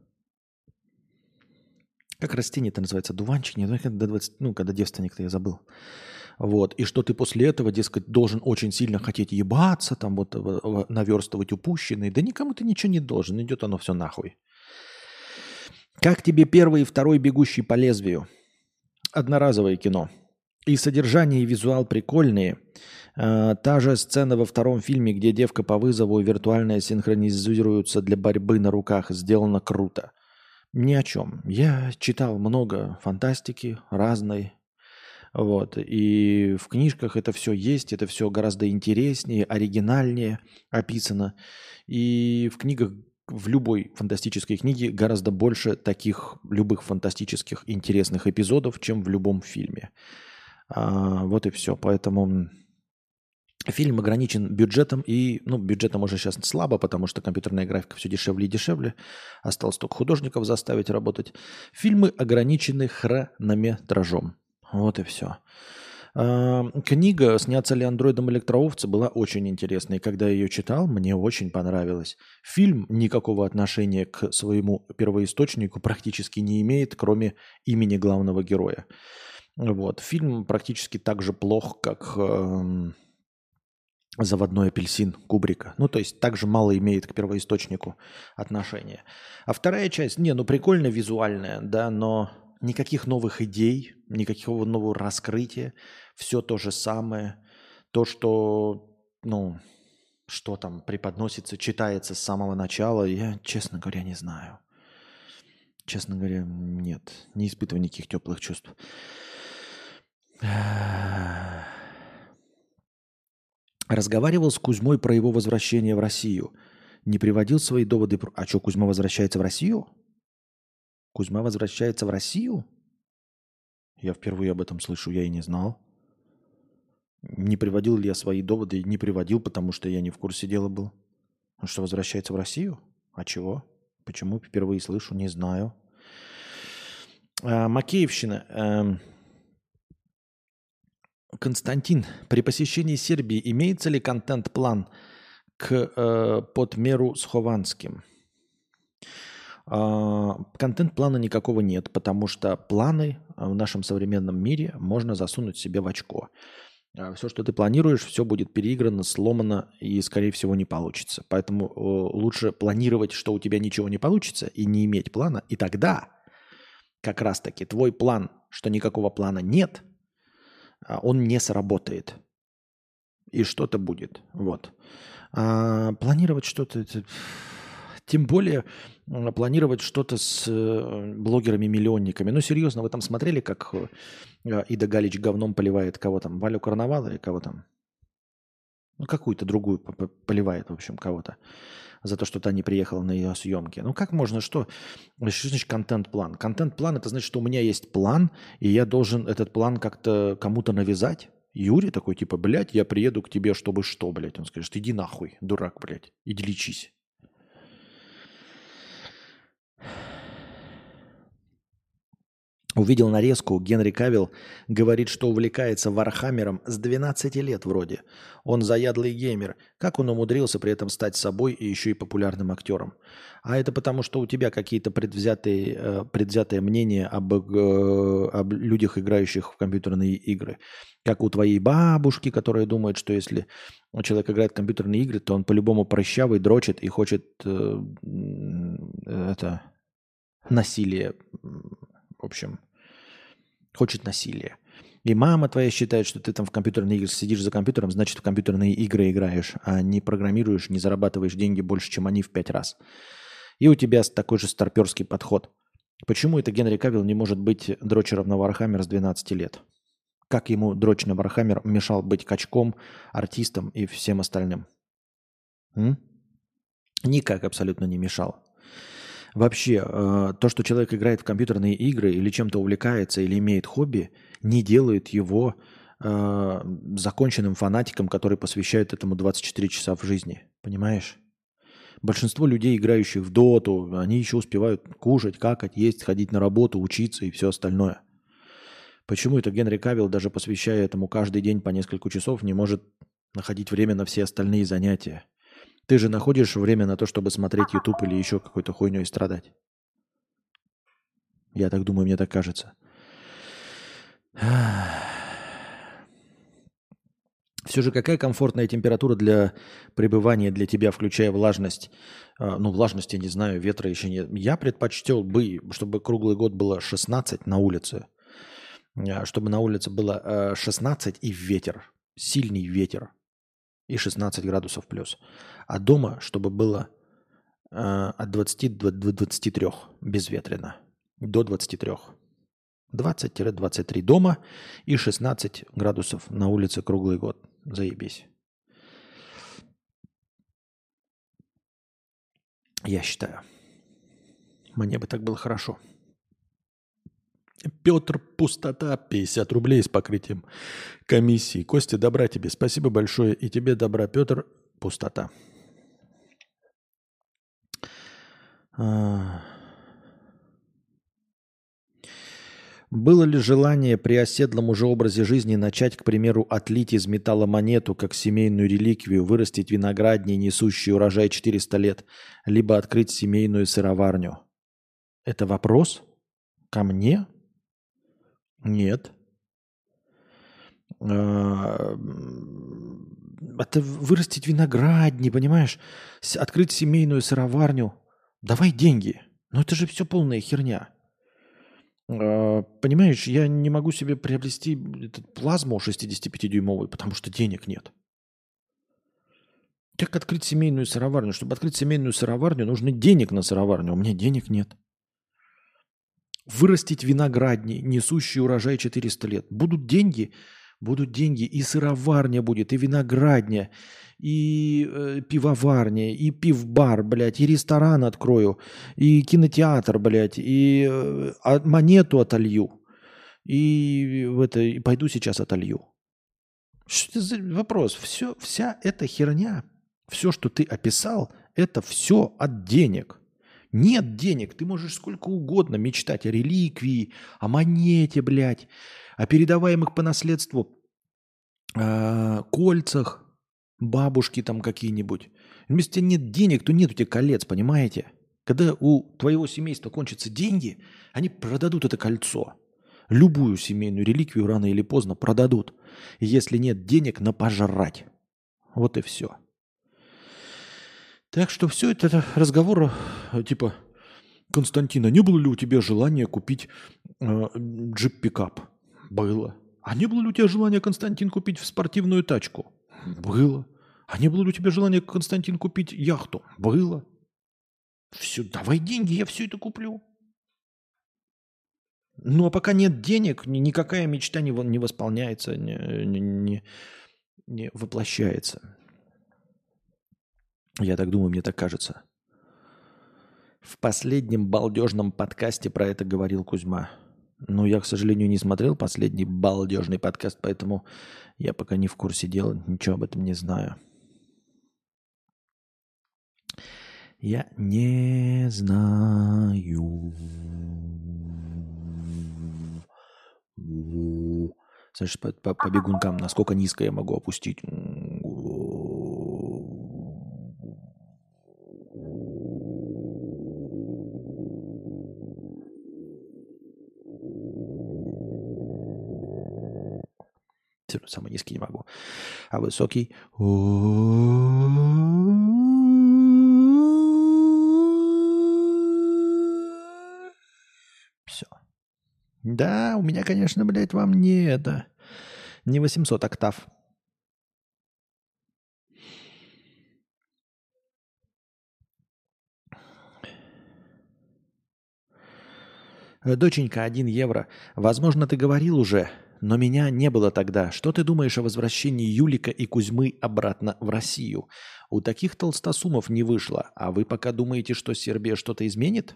Как растение-то называется? Дуванчик? Нет, до двадцати, ну, когда девственник-то я забыл. Вот. И что ты после этого, дескать, должен очень сильно хотеть ебаться, там вот наверстывать упущенные. Да никому ты ничего не должен. Идет оно все нахуй. Как тебе первый и второй «Бегущий по лезвию»? Одноразовое кино. И содержание, и визуал прикольные. А, та же сцена во втором фильме, где девка по вызову и виртуально синхронизируются для борьбы на руках, сделано круто. Ни о чем. Я читал много фантастики разной. Вот. И в книжках это все есть, это все гораздо интереснее, оригинальнее описано. И в книгах, в любой фантастической книге гораздо больше таких любых фантастических интересных эпизодов, чем в любом фильме. А, вот и все. Поэтому фильм ограничен бюджетом, и, ну, бюджетом уже сейчас слабо, потому что компьютерная графика все дешевле и дешевле. Осталось только художников заставить работать. Фильмы ограничены хронометражом. Вот и все. А, книга «Снятся ли андроидом электроовцы» была очень интересной. Когда я ее читал, мне очень понравилось. Фильм никакого отношения к своему первоисточнику практически не имеет, кроме имени главного героя. Вот. Фильм практически так же плох, как э, «Заводной апельсин» Кубрика. Ну, то есть так же мало имеет к первоисточнику отношения. А вторая часть, не, ну прикольно визуальная, да, но никаких новых идей, никакого нового раскрытия. Все то же самое. То, что, ну, что там преподносится, читается с самого начала, я, честно говоря, не знаю. Честно говоря, нет. Не испытываю никаких теплых чувств. Разговаривал с Кузьмой про его возвращение в Россию. Не приводил свои доводы. А что, Кузьма возвращается в Россию? Кузьма возвращается в Россию? Я впервые об этом слышу, я и не знал. Не приводил ли я свои доводы? Не приводил, потому что я не в курсе дела был. Он что, возвращается в Россию? А чего? Почему впервые слышу? Не знаю. А, Макеевщина. А, Константин, при посещении Сербии имеется ли контент-план к э, подмеру с Хованским? Э, контент-плана никакого нет, потому что планы в нашем современном мире можно засунуть себе в очко. Э, все, что ты планируешь, все будет переиграно, сломано и, скорее всего, не получится. Поэтому э, лучше планировать, что у тебя ничего не получится, и не иметь плана. И тогда как раз-таки твой план, что никакого плана нет, он не сработает. И что-то будет. Вот. А планировать что-то... Это... Тем более планировать что-то с блогерами-миллионниками. Ну, серьезно, вы там смотрели, как Ида Галич говном поливает кого там? Валю Карнавал или кого там? Ну, какую-то другую поливает, в общем, кого-то. За то, что та не приехала на ее съемки. Ну, как можно, что? Что значит контент-план? Контент-план – это значит, что у меня есть план, и я должен этот план как-то кому-то навязать. Юрий такой, типа, блядь, я приеду к тебе, чтобы что, блядь? Он скажет, иди нахуй, дурак, блядь, иди лечись. Увидел нарезку, Генри Кавилл говорит, что увлекается Вархаммером с двенадцати лет вроде. Он заядлый геймер. Как он умудрился при этом стать собой и еще и популярным актером? А это потому, что у тебя какие-то предвзятые, э, предвзятые мнения об, э, об людях, играющих в компьютерные игры. Как у твоей бабушки, которая думает, что если человек играет в компьютерные игры, то он по-любому прыщавый, дрочит и хочет э, это, насилие. В общем, хочет насилия. И мама твоя считает, что ты там в компьютерные игры сидишь за компьютером, значит, в компьютерные игры играешь, а не программируешь, не зарабатываешь деньги больше, чем они в пять раз. И у тебя такой же старперский подход. Почему это Генри Кавилл не может быть дрочером на Warhammer с двенадцати лет? Как ему дрочь на Warhammer мешал быть качком, артистом и всем остальным? М? Никак абсолютно не мешал. Вообще, э, то, что человек играет в компьютерные игры или чем-то увлекается или имеет хобби, не делает его э, законченным фанатиком, который посвящает этому двадцать четыре часа в жизни. Понимаешь? Большинство людей, играющих в доту, они еще успевают кушать, какать, есть, ходить на работу, учиться и все остальное. Почему это Генри Кавилл, даже посвящая этому каждый день по несколько часов, не может находить время на все остальные занятия? Ты же находишь время на то, чтобы смотреть YouTube или еще какой-то хуйней страдать. Я так думаю, мне так кажется. Все же какая комфортная температура для пребывания для тебя, включая влажность? А, Ну, влажность, я не знаю, ветра еще нет. Я предпочтел бы, чтобы круглый год было шестнадцать на улице. А, Чтобы на улице было э, шестнадцать и ветер. Сильный ветер. И шестнадцать градусов плюс. А дома, чтобы было э, от двадцати до двадцати трёх безветренно. До двадцати трёх. двадцать-двадцать три дома и шестнадцать градусов на улице круглый год. Заебись. Я считаю. Мне бы так было хорошо. Петр Пустота, пятьдесят рублей с покрытием комиссии. Костя, добра тебе. Спасибо большое. И тебе добра, Петр Пустота. А. Было ли желание при оседлом уже образе жизни начать, к примеру, отлить из металла монету, как семейную реликвию, вырастить виноградни, несущий урожай четыреста лет, либо открыть семейную сыроварню? Это вопрос? Ко мне? Нет. А, Это вырастить виноградни, понимаешь? С- Открыть семейную сыроварню. Давай деньги. Но это же все полная херня. А, Понимаешь, я не могу себе приобрести этот плазму шестидесятипятидюймовую, потому что денег нет. Как открыть семейную сыроварню? Чтобы открыть семейную сыроварню, нужно денег на сыроварню. У меня денег нет. Вырастить виноградни, несущий урожай четыреста лет. Будут деньги, будут деньги, и сыроварня будет, и виноградня, и э, пивоварня, и пивбар, блядь, и ресторан открою, и кинотеатр, блядь, и э, а- монету отолью, и, в это, и пойду сейчас отолью. Что это за вопрос? Все, вся эта херня, все, что ты описал, это все от денег. Нет денег, ты можешь сколько угодно мечтать о реликвии, о монете, блядь, о передаваемых по наследству а, кольцах, бабушки там какие-нибудь. Но если у тебя нет денег, то нет у тебя колец, понимаете? Когда у твоего семейства кончатся деньги, они продадут это кольцо. Любую семейную реликвию рано или поздно продадут. И если нет денег, на пожрать. Вот и все. Так что все это разговор э, типа, Константина, не было ли у тебя желания купить э, джип-пикап? Было. А не было ли у тебя желания, Константин, купить спортивную тачку? Было. А не было ли у тебя желания, Константин, купить яхту? Было. Все, давай деньги, я все это куплю. Ну, а пока нет денег, ни- никакая мечта не, во- не восполняется, не, не- не- не воплощается. Я так думаю, мне так кажется. В последнем балдежном подкасте про это говорил Кузьма. Ну, я, к сожалению, не смотрел последний балдежный подкаст, поэтому я пока не в курсе дела, ничего об этом не знаю. Я не знаю. Значит, по, по, по бегункам, насколько низко я могу опустить. Самый низкий не могу. А высокий... Все. Да, у меня, конечно, блядь, вам не это... Не восемьсот октав. Доченька, один евро. Возможно, ты говорил уже, но меня не было тогда. Что ты думаешь о возвращении Юлика и Кузьмы обратно в Россию? У таких толстосумов не вышло. А вы пока думаете, что Сербия что-то изменит?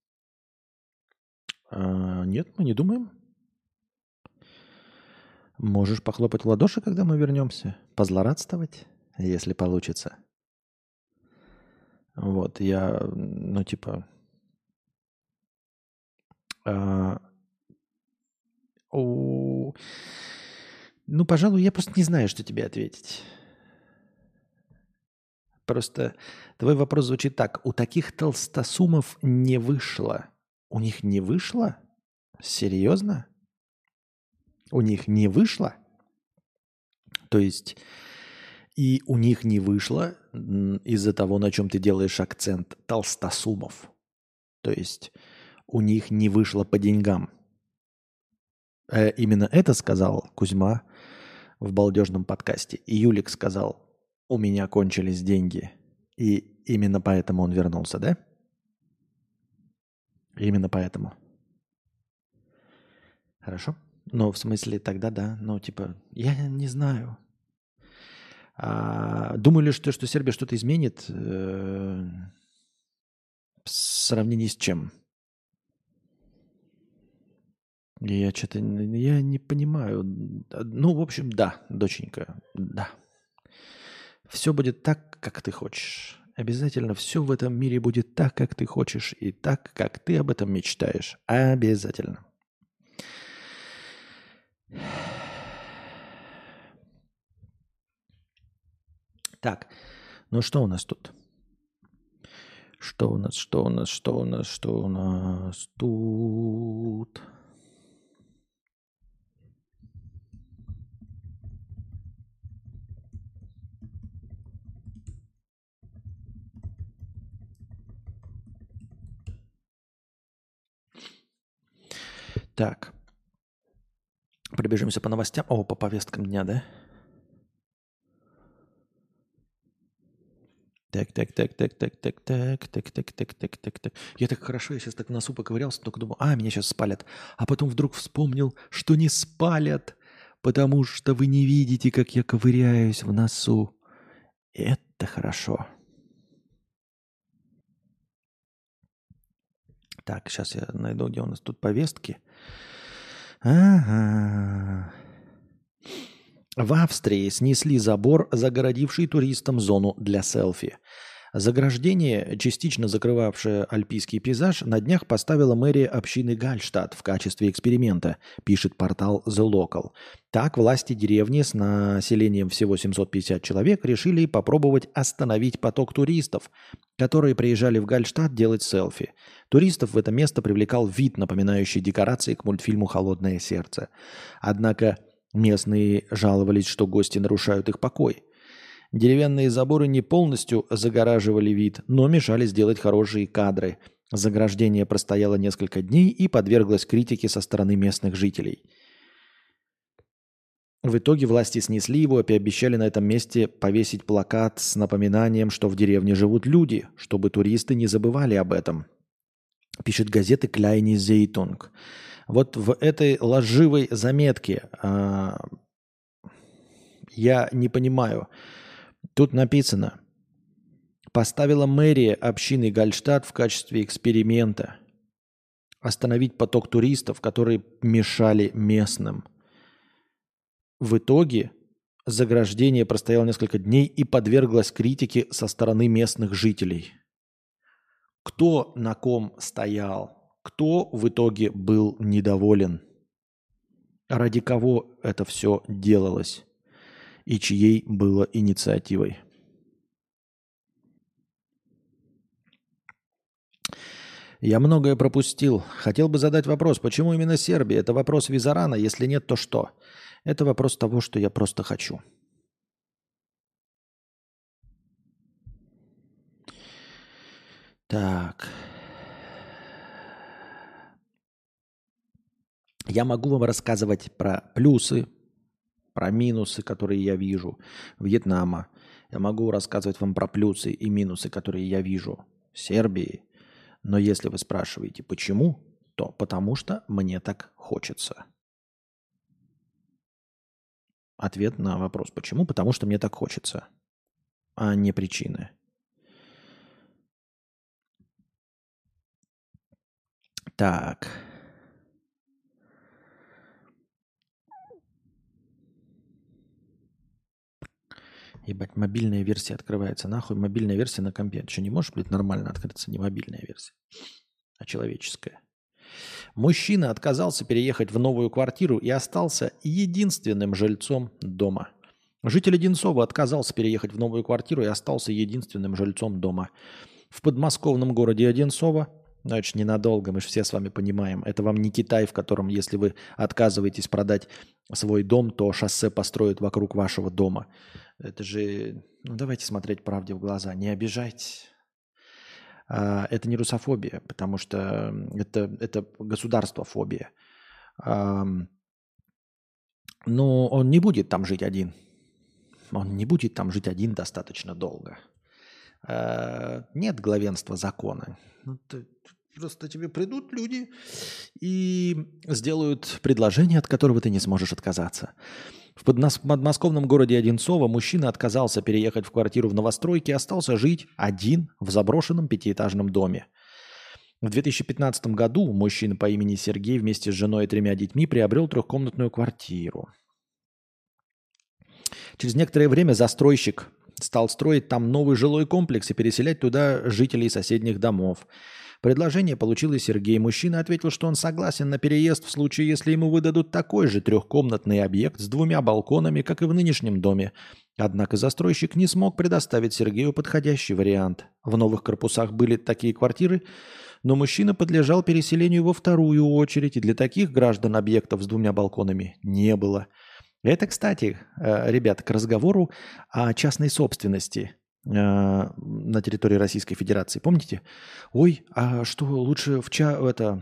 А, нет, мы не думаем. Можешь похлопать в ладоши, когда мы вернемся? Позлорадствовать, если получится. Вот, я, ну, типа... А, о, ну, пожалуй, я просто не знаю, что тебе ответить. Просто твой вопрос звучит так. У таких толстосумов не вышло. У них не вышло? Серьезно? У них не вышло? То есть и у них не вышло из-за того, на чем ты делаешь акцент, толстосумов. То есть у них не вышло по деньгам. Э, именно это сказал Кузьма в балдежном подкасте. И Юлик сказал, у меня кончились деньги. И именно поэтому он вернулся, да? Именно поэтому. Хорошо? Ну, в смысле, тогда да. Ну, типа, я не знаю. А, думаю ли, что, что Сербия что-то изменит э, в сравнении с чем? Я что-то я не понимаю. Ну, в общем, да, доченька, да. Все будет так, как ты хочешь. Обязательно все в этом мире будет так, как ты хочешь, и так, как ты об этом мечтаешь. Обязательно. Так, ну что у нас тут? Что у нас, что у нас, что у нас, что у нас тут? Так. Пробежимся по новостям. О, по повесткам дня, да? Так, так, так, так, так, так, так, так, так, так, так, так, так. Я так хорошо, я сейчас так в носу поковырялся, только думал, а, меня сейчас спалят. А потом вдруг вспомнил, что не спалят, потому что вы не видите, как я ковыряюсь в носу. Это хорошо. Так, сейчас я найду, где у нас тут повестки. Ага. В Австрии снесли забор, загородивший туристам зону для селфи. Заграждение, частично закрывавшее альпийский пейзаж, на днях поставила мэрия общины Гальштадт в качестве эксперимента, пишет портал The Local. Так власти деревни с населением всего семьсот пятьдесят человек решили попробовать остановить поток туристов, которые приезжали в Гальштадт делать селфи. Туристов в это место привлекал вид, напоминающий декорации к мультфильму «Холодное сердце». Однако местные жаловались, что гости нарушают их покой. Деревянные заборы не полностью загораживали вид, но мешали сделать хорошие кадры. Заграждение простояло несколько дней и подверглось критике со стороны местных жителей. В итоге власти снесли его и пообещали на этом месте повесить плакат с напоминанием, что в деревне живут люди, чтобы туристы не забывали об этом. Пишет газета «Кляйни Зейтунг». Вот в этой лживой заметке э, я не понимаю. Тут написано, поставила мэрия общины Гальштадт в качестве эксперимента. остановить поток туристов, которые мешали местным. В итоге заграждение простояло несколько дней и подверглось критике со стороны местных жителей. Кто на ком стоял? Кто в итоге был недоволен? Ради кого это все делалось? И чьей было инициативой? Я многое пропустил. Хотел бы задать вопрос, почему именно Сербия? Это вопрос Визарана, если нет, то что? Это вопрос того, что я просто хочу. Так. Я могу вам рассказывать про плюсы, про минусы, которые я вижу Вьетнама. Я могу рассказывать вам про плюсы и минусы, которые я вижу Сербии. Но если вы спрашиваете, почему, то потому что мне так хочется. Ответ на вопрос почему? Потому что мне так хочется, а не причины. Так. Ебать, мобильная версия открывается. Нахуй мобильная версия на компе. Ты что, не можешь, блядь, нормально открыться? Не мобильная версия, а человеческая. Мужчина отказался переехать в новую квартиру и остался единственным жильцом дома. Житель Одинцова отказался переехать в новую квартиру и остался единственным жильцом дома. В подмосковном городе Одинцово, ну это ж ненадолго, мы же все с вами понимаем, это вам не Китай, в котором, если вы отказываетесь продать свой дом, то шоссе построят вокруг вашего дома. Это же, ну давайте смотреть правде в глаза, не обижайтесь. А, это не русофобия, потому что это, это государствофобия. А, но он не будет там жить один. Он не будет там жить один достаточно долго. А, нет главенства закона. Ну, ты, просто тебе придут люди и сделают предложение, от которого ты не сможешь отказаться. В подмосковном городе Одинцово мужчина отказался переехать в квартиру в новостройке и остался жить один в заброшенном пятиэтажном доме. В две тысячи пятнадцатом году мужчина по имени Сергей вместе с женой и тремя детьми приобрел трехкомнатную квартиру. Через некоторое время застройщик стал строить там новый жилой комплекс и переселять туда жителей соседних домов. Предложение получил и Сергей. Мужчина ответил, что он согласен на переезд в случае, если ему выдадут такой же трехкомнатный объект с двумя балконами, как и в нынешнем доме. Однако застройщик не смог предоставить Сергею подходящий вариант. В новых корпусах были такие квартиры, но мужчина подлежал переселению во вторую очередь, и для таких граждан объектов с двумя балконами не было. Это, кстати, ребята, к разговору о частной собственности на территории Российской Федерации. Помните? Ой, а что лучше в, ча- это,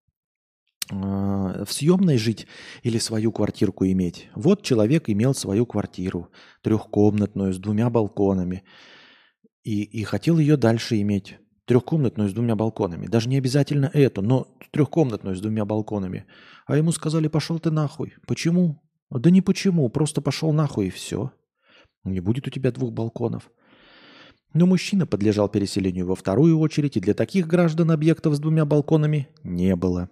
в съемной жить или свою квартирку иметь? Вот человек имел свою квартиру, трехкомнатную, с двумя балконами, и, и хотел ее дальше иметь. Трехкомнатную с двумя балконами. Даже не обязательно эту, но трехкомнатную с двумя балконами. А ему сказали, пошел ты нахуй. Почему? Да не почему, просто пошел нахуй и все. Не будет у тебя двух балконов. Но мужчина подлежал переселению во вторую очередь, и для таких граждан объектов с двумя балконами не было.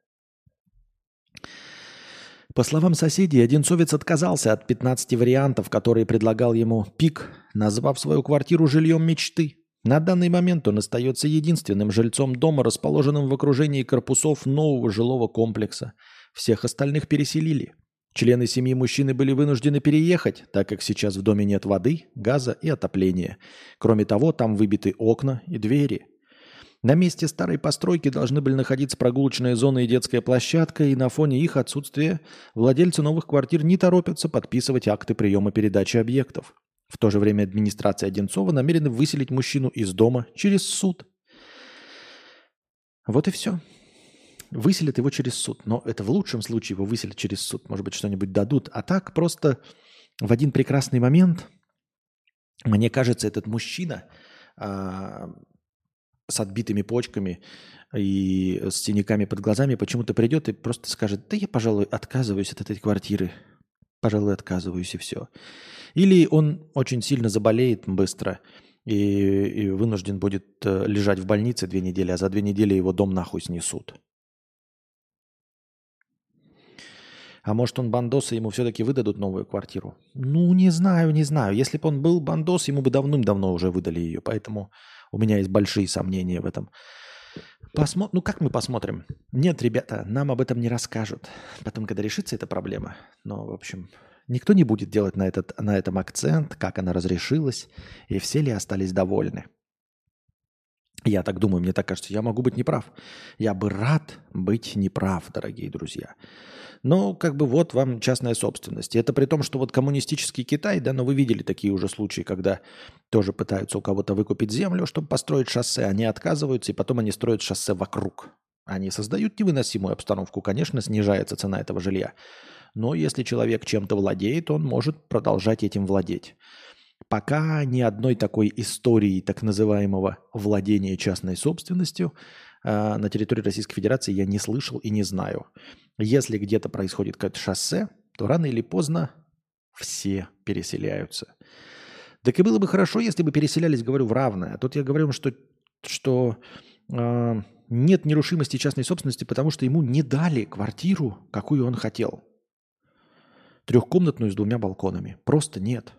По словам соседей, одинцовец отказался от пятнадцати вариантов, которые предлагал ему ПИК, назвав свою квартиру жильем мечты. На данный момент он остается единственным жильцом дома, расположенным в окружении корпусов нового жилого комплекса. Всех остальных переселили. Члены семьи мужчины были вынуждены переехать, так как сейчас в доме нет воды, газа и отопления. Кроме того, там выбиты окна и двери. На месте старой постройки должны были находиться прогулочная зона и детская площадка, и на фоне их отсутствия владельцы новых квартир не торопятся подписывать акты приема передачи объектов. В то же время администрация Одинцова намерена выселить мужчину из дома через суд. Вот и все. Выселят его через суд. Но это в лучшем случае его выселят через суд. Может быть, что-нибудь дадут. А так просто в один прекрасный момент, мне кажется, этот мужчина а, с отбитыми почками и с синяками под глазами почему-то придет и просто скажет, да я, пожалуй, отказываюсь от этой квартиры. Пожалуй, отказываюсь и все. Или он очень сильно заболеет быстро и, и вынужден будет лежать в больнице две недели, а за две недели его дом нахуй снесут. А может, он бандос, и ему все-таки выдадут новую квартиру? Ну, не знаю, не знаю. Если бы он был бандос, ему бы давным-давно уже выдали ее. Поэтому у меня есть большие сомнения в этом. Посмо... Ну, как мы посмотрим? Нет, ребята, нам об этом не расскажут. Потом, когда решится эта проблема. Но, в общем, никто не будет делать на, этот, на этом акцент, как она разрешилась, и все ли остались довольны. Я так думаю, мне так кажется, я могу быть неправ. Я бы рад быть неправ, дорогие друзья. Но как бы вот вам частная собственность. И это при том, что вот коммунистический Китай, да, но вы видели такие уже случаи, когда тоже пытаются у кого-то выкупить землю, чтобы построить шоссе, они отказываются, и потом они строят шоссе вокруг. Они создают невыносимую обстановку, конечно, снижается цена этого жилья. Но если человек чем-то владеет, он может продолжать этим владеть. Пока ни одной такой истории так называемого владения частной собственностью э, на территории Российской Федерации я не слышал и не знаю. Если где-то происходит какое-то шоссе, то рано или поздно все переселяются. Так и было бы хорошо, если бы переселялись, говорю, в равное. А тут я говорю, что, что э, нет нерушимости частной собственности, потому что ему не дали квартиру, какую он хотел. Трехкомнатную с двумя балконами. Просто нет.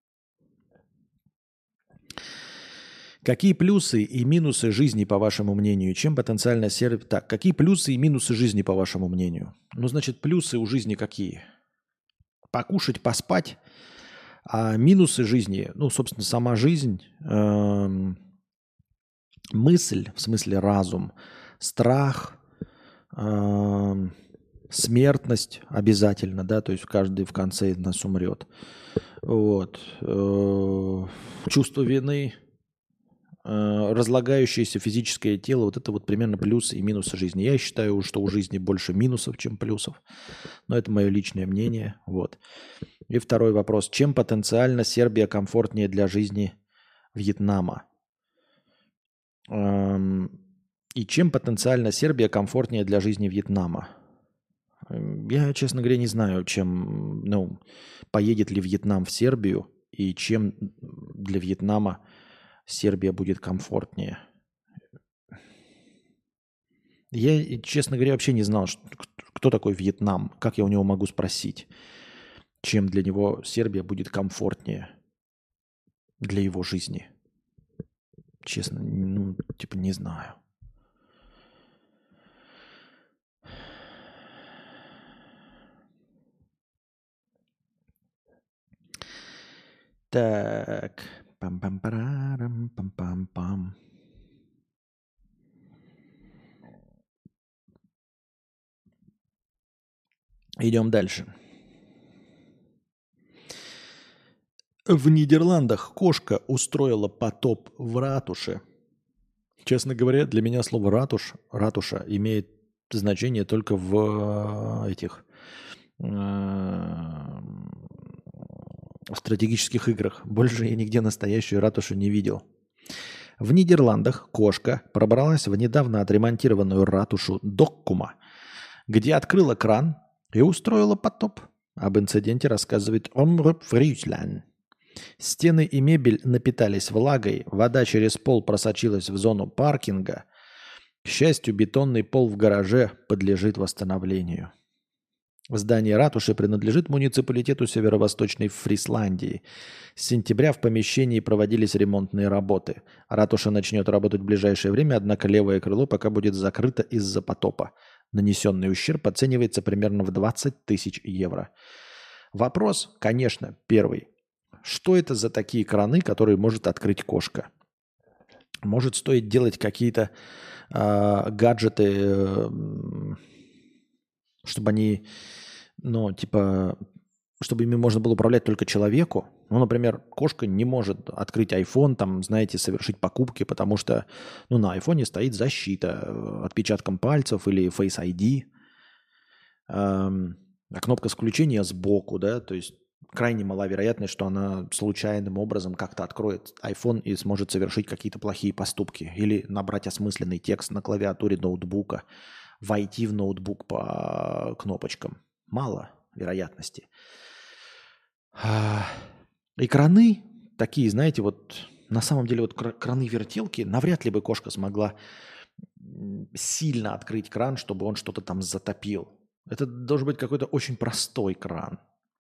Какие плюсы и минусы жизни, по вашему мнению? Чем потенциально сервис... Так, какие плюсы и минусы жизни, по вашему мнению? Ну, значит, плюсы у жизни какие? Покушать, поспать. А минусы жизни, ну, собственно, сама жизнь, эм, мысль, в смысле разум, страх, эм, смертность обязательно, да, то есть каждый в конце из нас умрет. Вот. Э, чувство вины, разлагающееся физическое тело, вот это вот примерно плюсы и минусы жизни. Я считаю, что у жизни больше минусов, чем плюсов. Но это мое личное мнение. Вот. И второй вопрос. Чем потенциально Сербия комфортнее для жизни Вьетнама? И чем потенциально Сербия комфортнее для жизни Вьетнама? Я, честно говоря, не знаю, чем, ну, поедет ли Вьетнам в Сербию и чем для Вьетнама Сербия будет комфортнее. Я, честно говоря, вообще не знал, что, кто такой Вьетнам. Как я у него могу спросить, чем для него Сербия будет комфортнее для его жизни. Честно, ну, типа не знаю. Так. Пам-пам-парам, пам-пам-пам. Идем дальше. В Нидерландах кошка устроила потоп в ратуше. Честно говоря, для меня слово «ратуш», «ратуша» имеет значение только в этих э, стратегических играх. Больше я нигде настоящую ратушу не видел. В Нидерландах кошка пробралась в недавно отремонтированную ратушу Доккума, где открыла кран и устроила потоп. Об инциденте рассказывает Омруп Фрюслан. Стены и мебель напитались влагой, вода через пол просочилась в зону паркинга. К счастью, бетонный пол в гараже подлежит восстановлению. Здание ратуши принадлежит муниципалитету Северо-Восточной Фрисландии. С сентября в помещении проводились ремонтные работы. Ратуша начнет работать в ближайшее время, однако левое крыло пока будет закрыто из-за потопа. Нанесенный ущерб оценивается примерно в двадцать тысяч евро. Вопрос, конечно, первый. Что это за такие краны, которые может открыть кошка? Может стоит делать какие-то э, гаджеты, э, чтобы они, ну, типа, чтобы ими можно было управлять только человеку. Ну, например, кошка не может открыть iPhone, там, знаете, совершить покупки, потому что, ну, на iPhone стоит защита отпечатком пальцев или Face ай ди, эм, а кнопка включения сбоку, да, то есть крайне маловероятно, что она случайным образом как-то откроет iPhone и сможет совершить какие-то плохие поступки или набрать осмысленный текст на клавиатуре ноутбука, войти в ноутбук по кнопочкам. Мало вероятности. И краны такие, знаете, вот на самом деле вот краны-вертелки, навряд ли бы кошка смогла сильно открыть кран, чтобы он что-то там затопил. Это должен быть какой-то очень простой кран.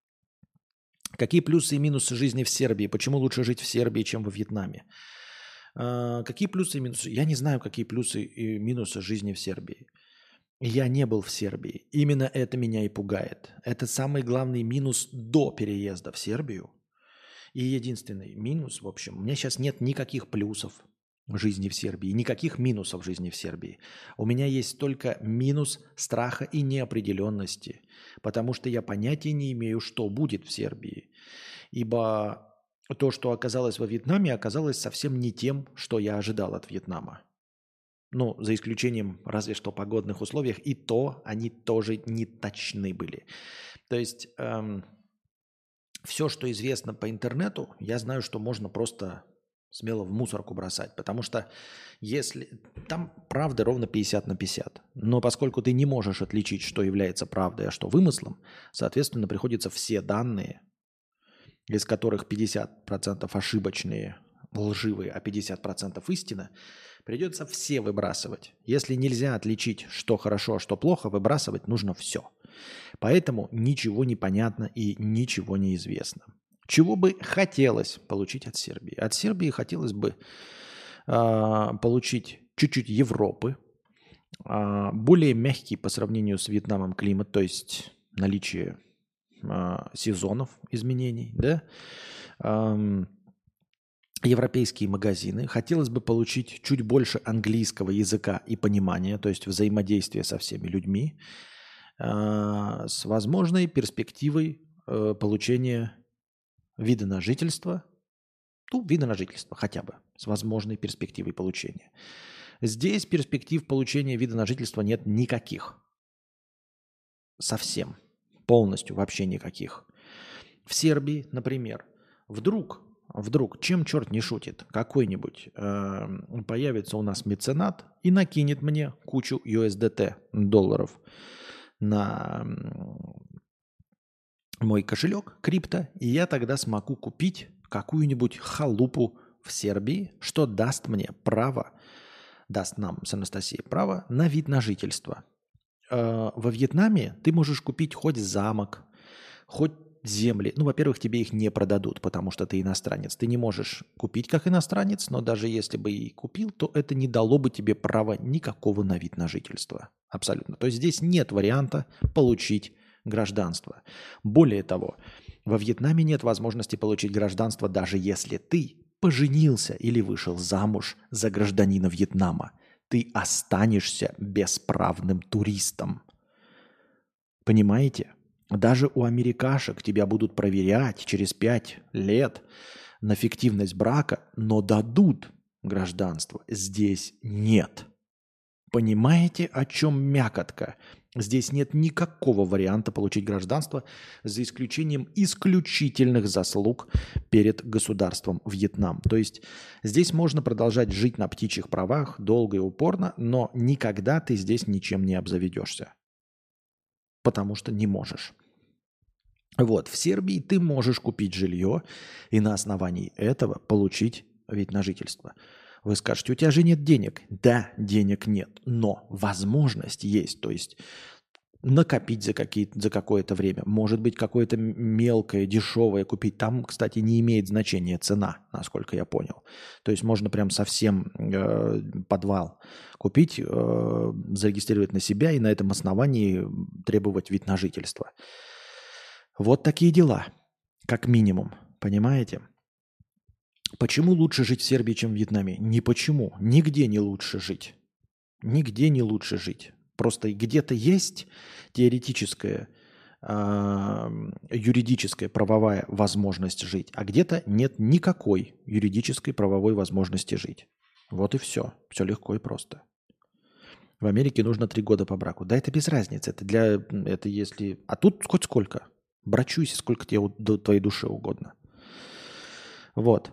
Какие плюсы и минусы жизни в Сербии? Почему лучше жить в Сербии, чем во Вьетнаме? А, какие плюсы и минусы? Я не знаю, какие плюсы и минусы жизни в Сербии. Я не был в Сербии. Именно это меня и пугает. Это самый главный минус до переезда в Сербию. И единственный минус, в общем, у меня сейчас нет никаких плюсов жизни в Сербии, никаких минусов жизни в Сербии. У меня есть только минус страха и неопределенности, потому что я понятия не имею, что будет в Сербии. Ибо то, что оказалось во Вьетнаме, оказалось совсем не тем, что я ожидал от Вьетнама. Ну, за исключением разве что погодных условиях, и то они тоже не точны были. То есть эм, все, что известно по интернету, я знаю, что можно просто смело в мусорку бросать, потому что если там правда ровно пятьдесят на пятьдесят, но поскольку ты не можешь отличить, что является правдой, а что вымыслом, соответственно, приходится все данные, из которых пятьдесят процентов ошибочные, лживые, а пятьдесят процентов истина, придется все выбрасывать. Если нельзя отличить, что хорошо, а что плохо, выбрасывать нужно все. Поэтому ничего не понятно и ничего не известно. Чего бы хотелось получить от Сербии? От Сербии хотелось бы э, получить чуть-чуть Европы, э, более мягкий по сравнению с Вьетнамом климат, то есть наличие э, сезонов изменений, да, э, европейские магазины. Хотелось бы получить чуть больше английского языка и понимания, то есть взаимодействия со всеми людьми, э, с возможной перспективой э, получения вида на жительство, ну, вида на жительство хотя бы, с возможной перспективой получения. Здесь перспектив получения вида на жительство нет никаких. Совсем. Полностью вообще никаких. В Сербии, например, вдруг, вдруг, чем черт не шутит, какой-нибудь э, появится у нас меценат и накинет мне кучу ю эс ди ти долларов на мой кошелек крипто, и я тогда смогу купить какую-нибудь халупу в Сербии, что даст мне право, даст нам с Анастасией право на вид на жительство. Э, во Вьетнаме ты можешь купить хоть замок, хоть земли. Ну, во-первых, тебе их не продадут, потому что ты иностранец. Ты не можешь купить как иностранец, но даже если бы и купил, то это не дало бы тебе права никакого на вид на жительство. Абсолютно. То есть здесь нет варианта получить гражданство. Более того, во Вьетнаме нет возможности получить гражданство, даже если ты поженился или вышел замуж за гражданина Вьетнама. Ты останешься бесправным туристом. Понимаете? Даже у америкашек тебя будут проверять через пять лет на фиктивность брака, но дадут гражданство. Здесь нет. Понимаете, о чем мякотка? Здесь нет никакого варианта получить гражданство, за исключением исключительных заслуг перед государством Вьетнам. То есть здесь можно продолжать жить на птичьих правах долго и упорно, но никогда ты здесь ничем не обзаведешься. Потому что не можешь. Вот, в Сербии ты можешь купить жилье и на основании этого получить вид на жительство. Вы скажете, у тебя же нет денег. Да, денег нет, но возможность есть. То есть накопить за, какие, за какое-то время. Может быть, какое-то мелкое, дешевое купить. Там, кстати, не имеет значения цена, насколько я понял. То есть можно прям совсем э, подвал купить, э, зарегистрировать на себя и на этом основании требовать вид на жительство. Вот такие дела, как минимум. Понимаете? Почему лучше жить в Сербии, чем в Вьетнаме? Не почему. Нигде не лучше жить. Нигде не лучше жить. Просто где-то есть теоретическая, э, юридическая, правовая возможность жить, а где-то нет никакой юридической, правовой возможности жить. Вот и все. Все легко и просто. В Америке нужно три года по браку. Да это без разницы. Это для... Это если... А тут хоть сколько. Брачуйся, сколько тебе до твоей душе угодно. Вот.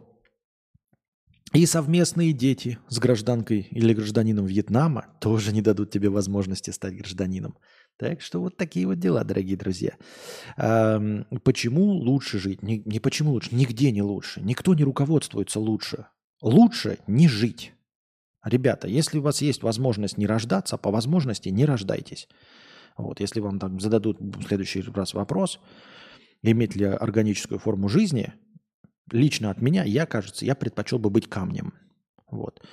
И совместные дети с гражданкой или гражданином Вьетнама тоже не дадут тебе возможности стать гражданином. Так что вот такие вот дела, дорогие друзья. А, почему лучше жить? Не, не почему лучше, нигде не лучше. Никто не руководствуется лучше. Лучше не жить. Ребята, если у вас есть возможность не рождаться, по возможности не рождайтесь. Вот, если вам там зададут в следующий раз вопрос, иметь ли органическую форму жизни, лично от меня, я, кажется, я предпочел бы быть камнем. Вот.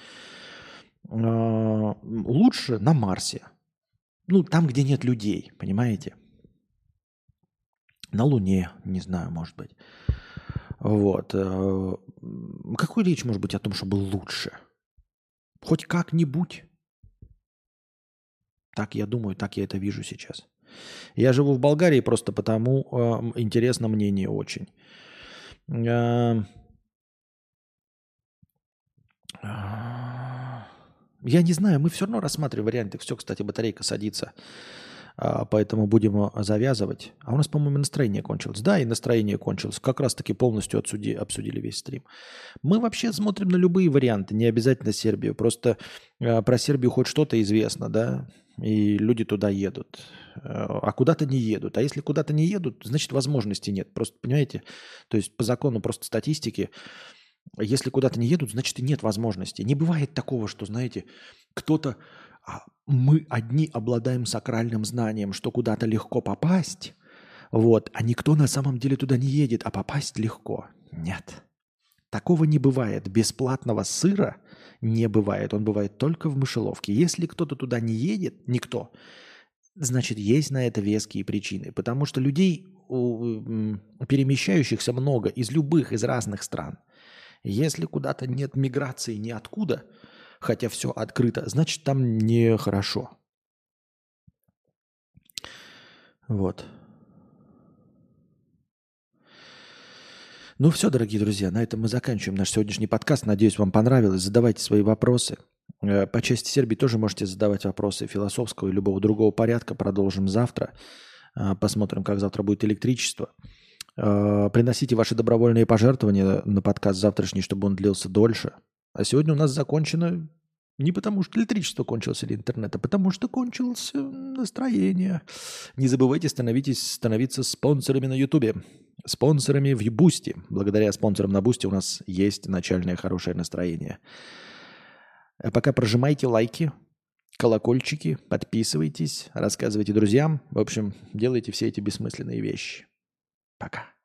Лучше на Марсе. Ну, там, где нет людей, понимаете? На Луне, не знаю, может быть. Вот. Какой речь может быть о том, чтобы лучше? Хоть как-нибудь. Так я думаю, так я это вижу сейчас. Я живу в Болгарии просто потому, э, интересно мнение очень. Э, я не знаю, мы все равно рассматриваем варианты. Все, кстати, батарейка садится. А, поэтому будем завязывать. А у нас, по-моему, настроение кончилось. Да, и настроение кончилось. Как раз-таки полностью отсуди, обсудили весь стрим. Мы вообще смотрим на любые варианты, не обязательно Сербию. Просто э, про Сербию хоть что-то известно, да, и люди туда едут. Э, а куда-то не едут. А если куда-то не едут, значит, возможности нет. Просто, понимаете, то есть по закону просто статистики, если куда-то не едут, значит, и нет возможности. Не бывает такого, что, знаете, кто-то... А мы одни обладаем сакральным знанием, что куда-то легко попасть, вот, а никто на самом деле туда не едет, а попасть легко. Нет. Такого не бывает. Бесплатного сыра не бывает. Он бывает только в мышеловке. Если кто-то туда не едет, никто, значит, есть на это веские причины. Потому что людей, перемещающихся много из любых, из разных стран. Если куда-то нет миграции ниоткуда, хотя все открыто, значит, там нехорошо. Вот. Ну все, дорогие друзья, на этом мы заканчиваем наш сегодняшний подкаст. Надеюсь, вам понравилось. Задавайте свои вопросы. По части Сербии тоже можете задавать вопросы философского и любого другого порядка. Продолжим завтра. Посмотрим, как завтра будет электричество. Приносите ваши добровольные пожертвования на подкаст завтрашний, чтобы он длился дольше. А сегодня у нас закончено не потому, что электричество кончилось или интернет, а потому что кончилось настроение. Не забывайте становитесь, становиться спонсорами на Ютубе, спонсорами в Бусти. Благодаря спонсорам на Бусти у нас есть начальное хорошее настроение. А пока прожимайте лайки, колокольчики, подписывайтесь, рассказывайте друзьям. В общем, делайте все эти бессмысленные вещи. Пока.